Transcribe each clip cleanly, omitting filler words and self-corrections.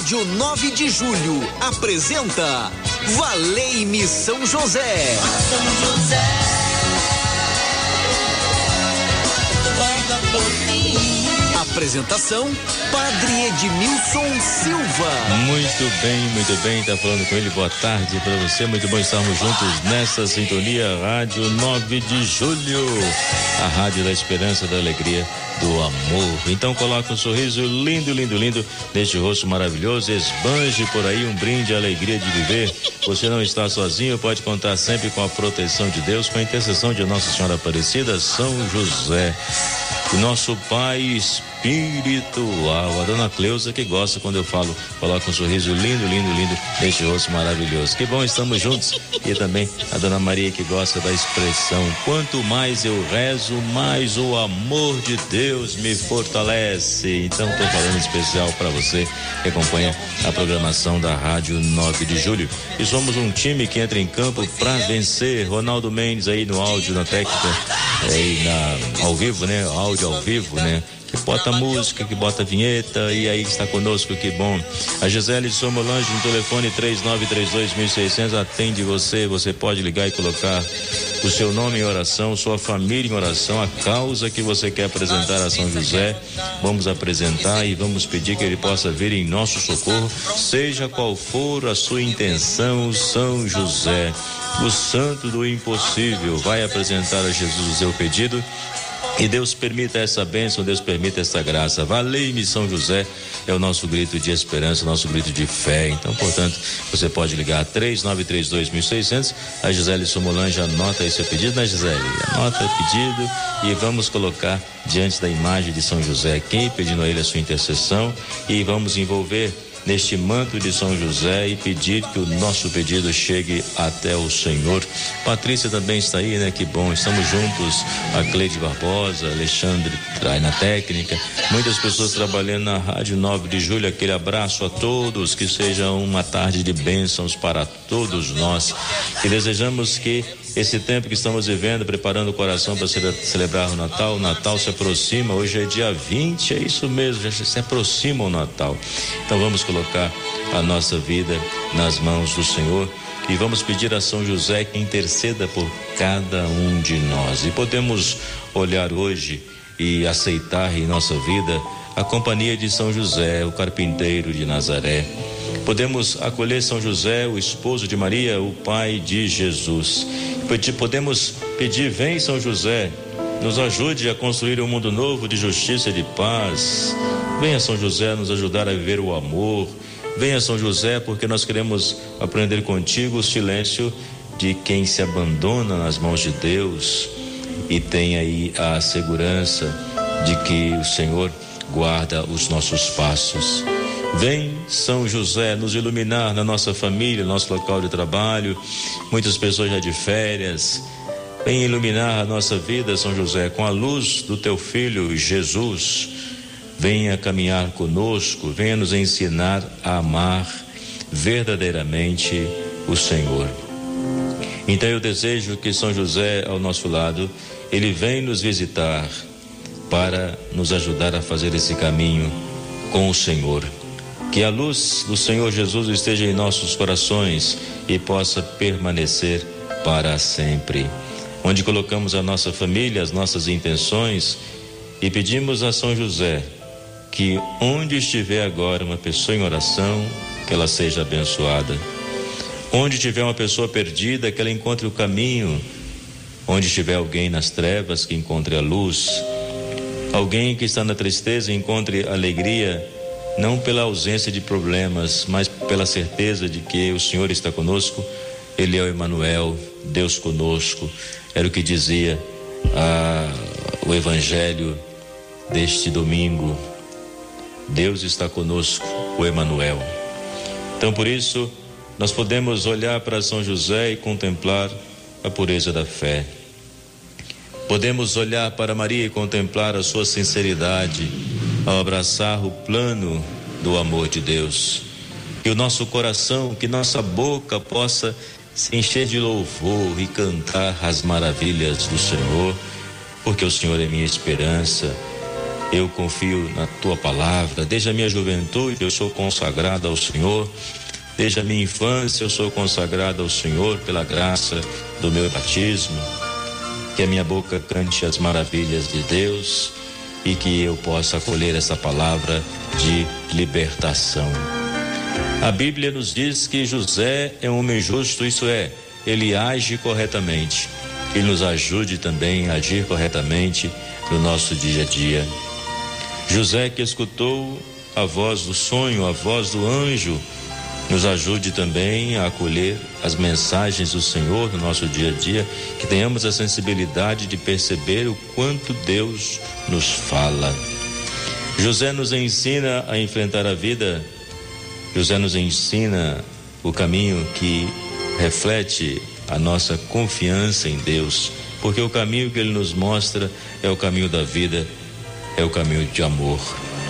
Rádio 9 de Julho apresenta Valei-me São José. São José, roga por mim. Apresentação, Padre Edmilson Silva. Muito bem, tá falando com ele, boa tarde para você, muito bom estarmos juntos nessa sintonia, Rádio 9 de Julho, a rádio da esperança, da alegria, do amor. Então coloca um sorriso lindo neste rosto maravilhoso, esbanje por aí um brinde à alegria de viver. Você não está sozinho, pode contar sempre com a proteção de Deus, com a intercessão de Nossa Senhora Aparecida, São José, o nosso Pai espiritual. A dona Cleusa que gosta quando eu falo, coloca um sorriso lindo neste rosto maravilhoso. Que bom, estamos juntos. E também a dona Maria que gosta da expressão: quanto mais eu rezo, mais o amor de Deus me fortalece. Então estou falando especial para você que acompanha a programação da Rádio 9 de Julho. E somos um time que entra em campo para vencer. Ronaldo Mendes aí no áudio, na técnica, aí ao vivo, né? Áudio ao vivo, né? Que bota música, que bota vinheta, e aí está conosco, que bom. A Gisele Somolange no telefone 3932-1600 atende você pode ligar e colocar o seu nome em oração, sua família em oração, a causa que você quer apresentar a São José. Vamos apresentar e vamos pedir que ele possa vir em nosso socorro, seja qual for a sua intenção. São José, o santo do impossível, vai apresentar a Jesus o seu pedido. E Deus permita essa bênção, Deus permita essa graça. Valei-me São José, é o nosso grito de esperança, o nosso grito de fé. Então, portanto, você pode ligar 3932-1600. A Gisele Somolange anota esse pedido, né, Gisele? Anota o pedido e vamos colocar diante da imagem de São José aqui, pedindo a ele a sua intercessão, e vamos envolver neste manto de São José e pedir que o nosso pedido chegue até o Senhor. Patrícia também está aí, né? Que bom, estamos juntos. A Cleide Barbosa, Alexandre traz na técnica, muitas pessoas trabalhando na Rádio 9 de Julho. Aquele abraço a todos, que seja uma tarde de bênçãos para todos nós, e desejamos que esse tempo que estamos vivendo, preparando o coração para celebrar o Natal se aproxima. Hoje é dia 20, é isso mesmo, já se aproxima o Natal. Então vamos colocar a nossa vida nas mãos do Senhor e vamos pedir a São José que interceda por cada um de nós. E podemos olhar hoje e aceitar em nossa vida a companhia de São José, o carpinteiro de Nazaré. Podemos acolher São José, o esposo de Maria, o pai de Jesus. Podemos pedir: vem São José, nos ajude a construir um mundo novo de justiça e de paz. Venha São José nos ajudar a viver o amor. Venha São José, porque nós queremos aprender contigo o silêncio de quem se abandona nas mãos de Deus e tem aí a segurança de que o Senhor guarda os nossos passos. Vem São José nos iluminar na nossa família, nosso local de trabalho, muitas pessoas já de férias. Vem iluminar a nossa vida, São José, com a luz do teu Filho Jesus. Venha caminhar conosco, venha nos ensinar a amar verdadeiramente o Senhor. Então eu desejo que São José ao nosso lado, ele vem nos visitar para nos ajudar a fazer esse caminho com o Senhor. Que a luz do Senhor Jesus esteja em nossos corações e possa permanecer para sempre. Onde colocamos a nossa família, as nossas intenções, e pedimos a São José que onde estiver agora uma pessoa em oração, que ela seja abençoada. Onde tiver uma pessoa perdida, que ela encontre o caminho. Onde estiver alguém nas trevas, que encontre a luz. Alguém que está na tristeza, encontre alegria, não pela ausência de problemas, mas pela certeza de que o Senhor está conosco. Ele é o Emanuel, Deus conosco. Era o que dizia o Evangelho deste domingo. Deus está conosco, o Emanuel. Então, por isso, nós podemos olhar para São José e contemplar a pureza da fé. Podemos olhar para Maria e contemplar a sua sinceridade ao abraçar o plano do amor de Deus. Que o nosso coração, que nossa boca possa se encher de louvor e cantar as maravilhas do Senhor, porque o Senhor é minha esperança, eu confio na tua palavra. Desde a minha juventude eu sou consagrado ao Senhor. Desde a minha infância eu sou consagrado ao Senhor pela graça do meu batismo. Que a minha boca cante as maravilhas de Deus e que eu possa acolher essa palavra de libertação. A Bíblia nos diz que José é um homem justo, isso é, ele age corretamente. Que ele nos ajude também a agir corretamente no nosso dia a dia. José, que escutou a voz do sonho, a voz do anjo, nos ajude também a acolher as mensagens do Senhor no nosso dia a dia, que tenhamos a sensibilidade de perceber o quanto Deus nos fala. José nos ensina a enfrentar a vida. José nos ensina o caminho que reflete a nossa confiança em Deus, porque o caminho que ele nos mostra é o caminho da vida, é o caminho de amor.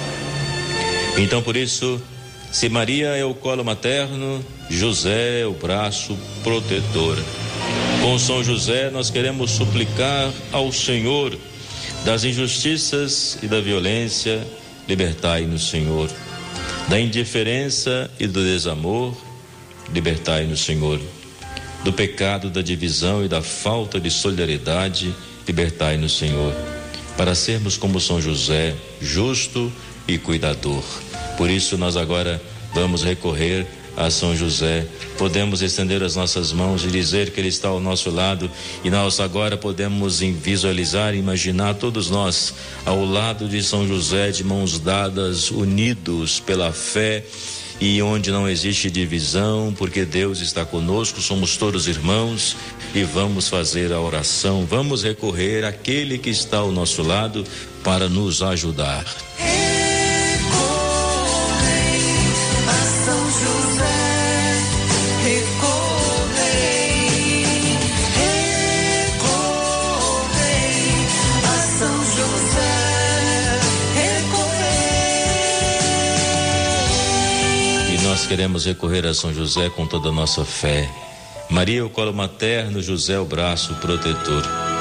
Então, por isso, se Maria é o colo materno, José é o braço protetor. Com São José, nós queremos suplicar ao Senhor das injustiças e da violência, libertai-nos, Senhor. Da indiferença e do desamor, libertai-nos, Senhor. Do pecado, da divisão e da falta de solidariedade, libertai-nos, Senhor. Para sermos como São José, justo e cuidador. Por isso nós agora vamos recorrer a São José. Podemos estender as nossas mãos e dizer que ele está ao nosso lado, e nós agora podemos visualizar e imaginar todos nós ao lado de São José, de mãos dadas, unidos pela fé, e onde não existe divisão, porque Deus está conosco, somos todos irmãos, e vamos fazer a oração, vamos recorrer àquele que está ao nosso lado para nos ajudar. Nós queremos recorrer a São José com toda a nossa fé. Maria, o colo materno, José, o braço protetor.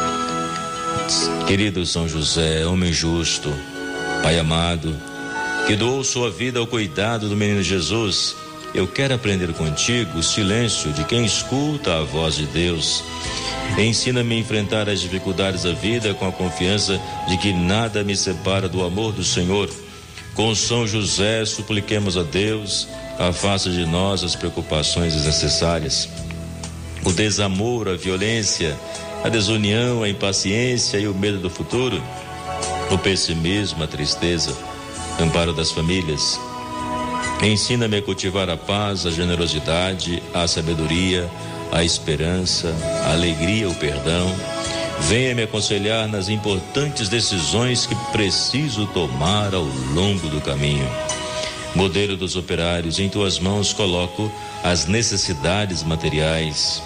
Querido São José, homem justo, Pai amado, que doou sua vida ao cuidado do menino Jesus, eu quero aprender contigo o silêncio de quem escuta a voz de Deus. Ensina-me a enfrentar as dificuldades da vida com a confiança de que nada me separa do amor do Senhor. Com São José, supliquemos a Deus, afasta de nós as preocupações desnecessárias, o desamor, a violência, a desunião, a impaciência e o medo do futuro, o pessimismo, a tristeza, amparo das famílias. Ensina-me a cultivar a paz, a generosidade, a sabedoria, a esperança, a alegria, o perdão. Venha me aconselhar nas importantes decisões que preciso tomar ao longo do caminho. Modelo dos operários, em tuas mãos coloco as necessidades materiais,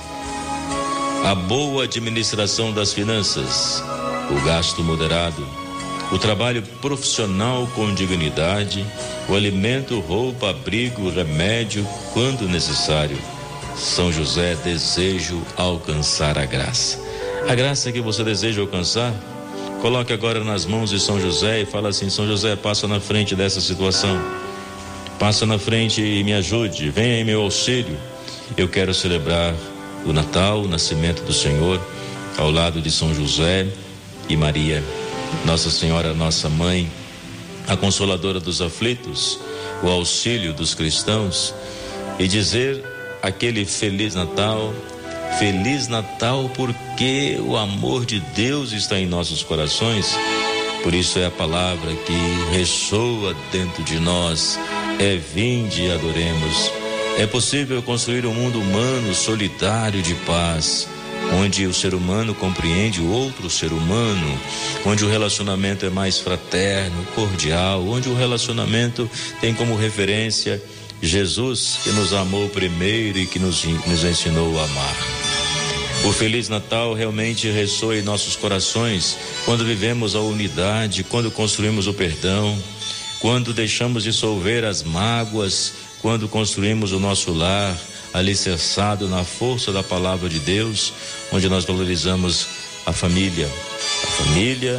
a boa administração das finanças, o gasto moderado, o trabalho profissional com dignidade, o alimento, roupa, abrigo, remédio, quando necessário. São José, desejo alcançar a graça. A graça que você deseja alcançar, coloque agora nas mãos de São José e fala assim: São José, passa na frente dessa situação. Passa na frente e me ajude, venha em meu auxílio. Eu quero celebrar o Natal, o nascimento do Senhor, ao lado de São José e Maria, Nossa Senhora, nossa mãe, a consoladora dos aflitos, o auxílio dos cristãos, e dizer aquele Feliz Natal porque o amor de Deus está em nossos corações. Por isso é a palavra que ressoa dentro de nós. Vinde e adoremos. É possível construir um mundo humano solidário de paz, onde o ser humano compreende o outro ser humano, onde o relacionamento é mais fraterno, cordial, onde o relacionamento tem como referência Jesus, que nos amou primeiro e que nos ensinou a amar. O Feliz Natal realmente ressoa em nossos corações quando vivemos a unidade, quando construímos o perdão, quando deixamos dissolver as mágoas, quando construímos o nosso lar alicerçado na força da palavra de Deus, onde nós valorizamos a família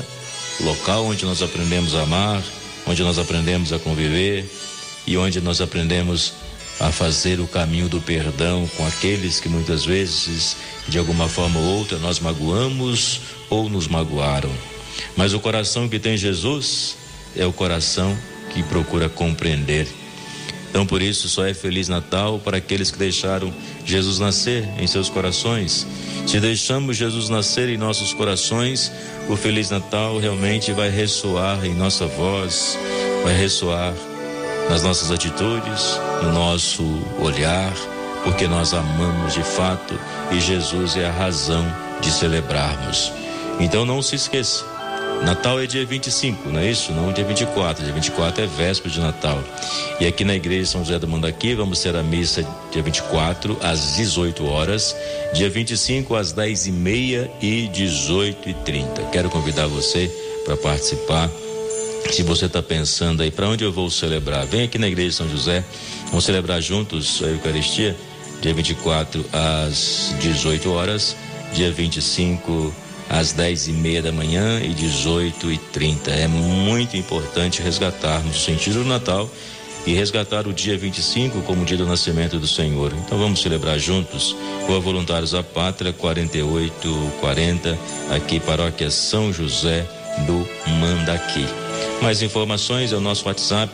local onde nós aprendemos a amar, onde nós aprendemos a conviver e onde nós aprendemos a fazer o caminho do perdão com aqueles que muitas vezes, de alguma forma ou outra, nós magoamos ou nos magoaram. Mas o coração que tem Jesus é o coração que procura compreender. Então, por isso, só é Feliz Natal para aqueles que deixaram Jesus nascer em seus corações. Se deixamos Jesus nascer em nossos corações, o Feliz Natal realmente vai ressoar em nossa voz, vai ressoar nas nossas atitudes, no nosso olhar, porque nós amamos de fato e Jesus é a razão de celebrarmos. Então não se esqueça, Natal é dia 25, não é isso? Não dia 24, dia 24 é véspera de Natal. E aqui na igreja São José do Mandaqui vamos ter a missa dia 24 às 18 horas, dia 25 às 10h30 e 18h30. Quero convidar você para participar. Se você está pensando aí, para onde eu vou celebrar? Vem aqui na igreja de São José, vamos celebrar juntos a Eucaristia, dia 24 às 18 horas, dia 25 às 10h30 da manhã e 18h30. É muito importante resgatarmos o sentido do Natal e resgatar o dia 25 como o dia do nascimento do Senhor. Então vamos celebrar juntos. Rua Voluntários da Pátria, 4840, aqui Paróquia São José do Mandaqui. Mais informações é o nosso WhatsApp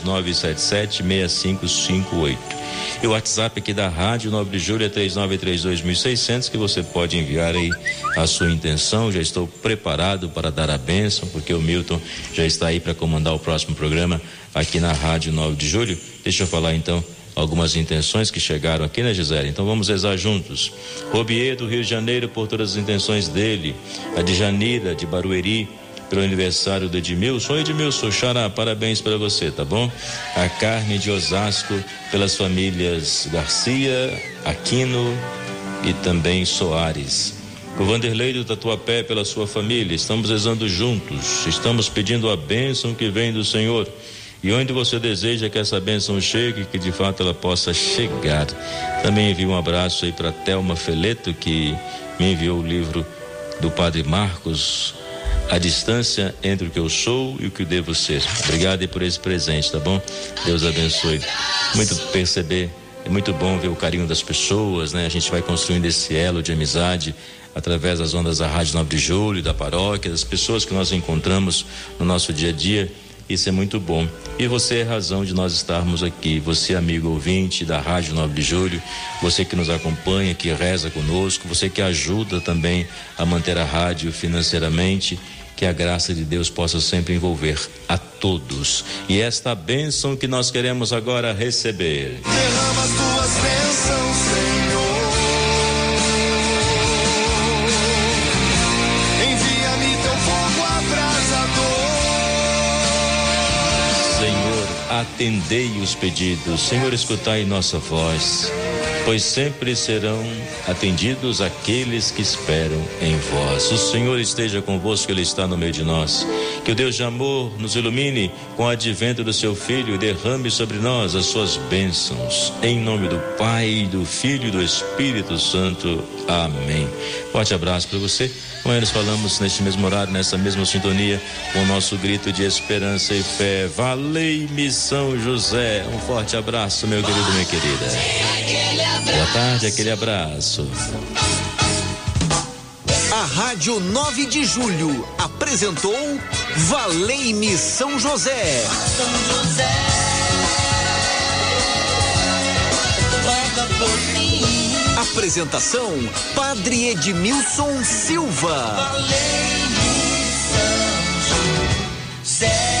2977-6558. E o WhatsApp aqui da Rádio 9 de Julho é 3932.600, que você pode enviar aí a sua intenção. Já estou preparado para dar a bênção, porque o Milton já está aí para comandar o próximo programa aqui na Rádio 9 de Julho. Deixa eu falar então algumas intenções que chegaram aqui, né, Gisele? Então vamos rezar juntos. Robier do Rio de Janeiro, por todas as intenções dele. A de Janira, de Barueri, pelo aniversário do Edmilson. Edmilson, xará, parabéns para você, tá bom? A Carne de Osasco, pelas famílias Garcia, Aquino e também Soares. O Vanderlei do Tatuapé, pela sua família. Estamos rezando juntos, estamos pedindo a bênção que vem do Senhor. E onde você deseja que essa bênção chegue, que de fato ela possa chegar. Também envio um abraço aí para Thelma Feleto, que me enviou o livro do Padre Marcos, A Distância entre o que eu sou e o que devo ser. Obrigado aí por esse presente, tá bom? Deus abençoe. Muito perceber, é muito bom ver o carinho das pessoas, né? A gente vai construindo esse elo de amizade através das ondas da Rádio 9 de Julho, da paróquia, das pessoas que nós encontramos no nosso dia a dia. Isso é muito bom. E você é a razão de nós estarmos aqui. Você, amigo ouvinte da Rádio 9 de Julho, você que nos acompanha, que reza conosco, você que ajuda também a manter a rádio financeiramente, que a graça de Deus possa sempre envolver a todos. E esta bênção que nós queremos agora receber. Derrama as tuas bênçãos, Senhor. Envia-me teu fogo abrasador. Senhor, atendei os pedidos. Senhor, escutai nossa voz, pois sempre serão atendidos aqueles que esperam em vós. O Senhor esteja convosco, Ele está no meio de nós. Que o Deus de amor nos ilumine com o advento do seu Filho e derrame sobre nós as suas bênçãos. Em nome do Pai, do Filho e do Espírito Santo. Amém. Forte abraço para você. Amanhã nos falamos neste mesmo horário, nessa mesma sintonia, com o nosso grito de esperança e fé. Valei-me São José. Um forte abraço, meu querido, minha querida. Boa tarde, aquele abraço. A Rádio 9 de Julho apresentou Valei-me São José. São José, roga por mim. Apresentação: Padre Edmilson Silva. Valei-me São José.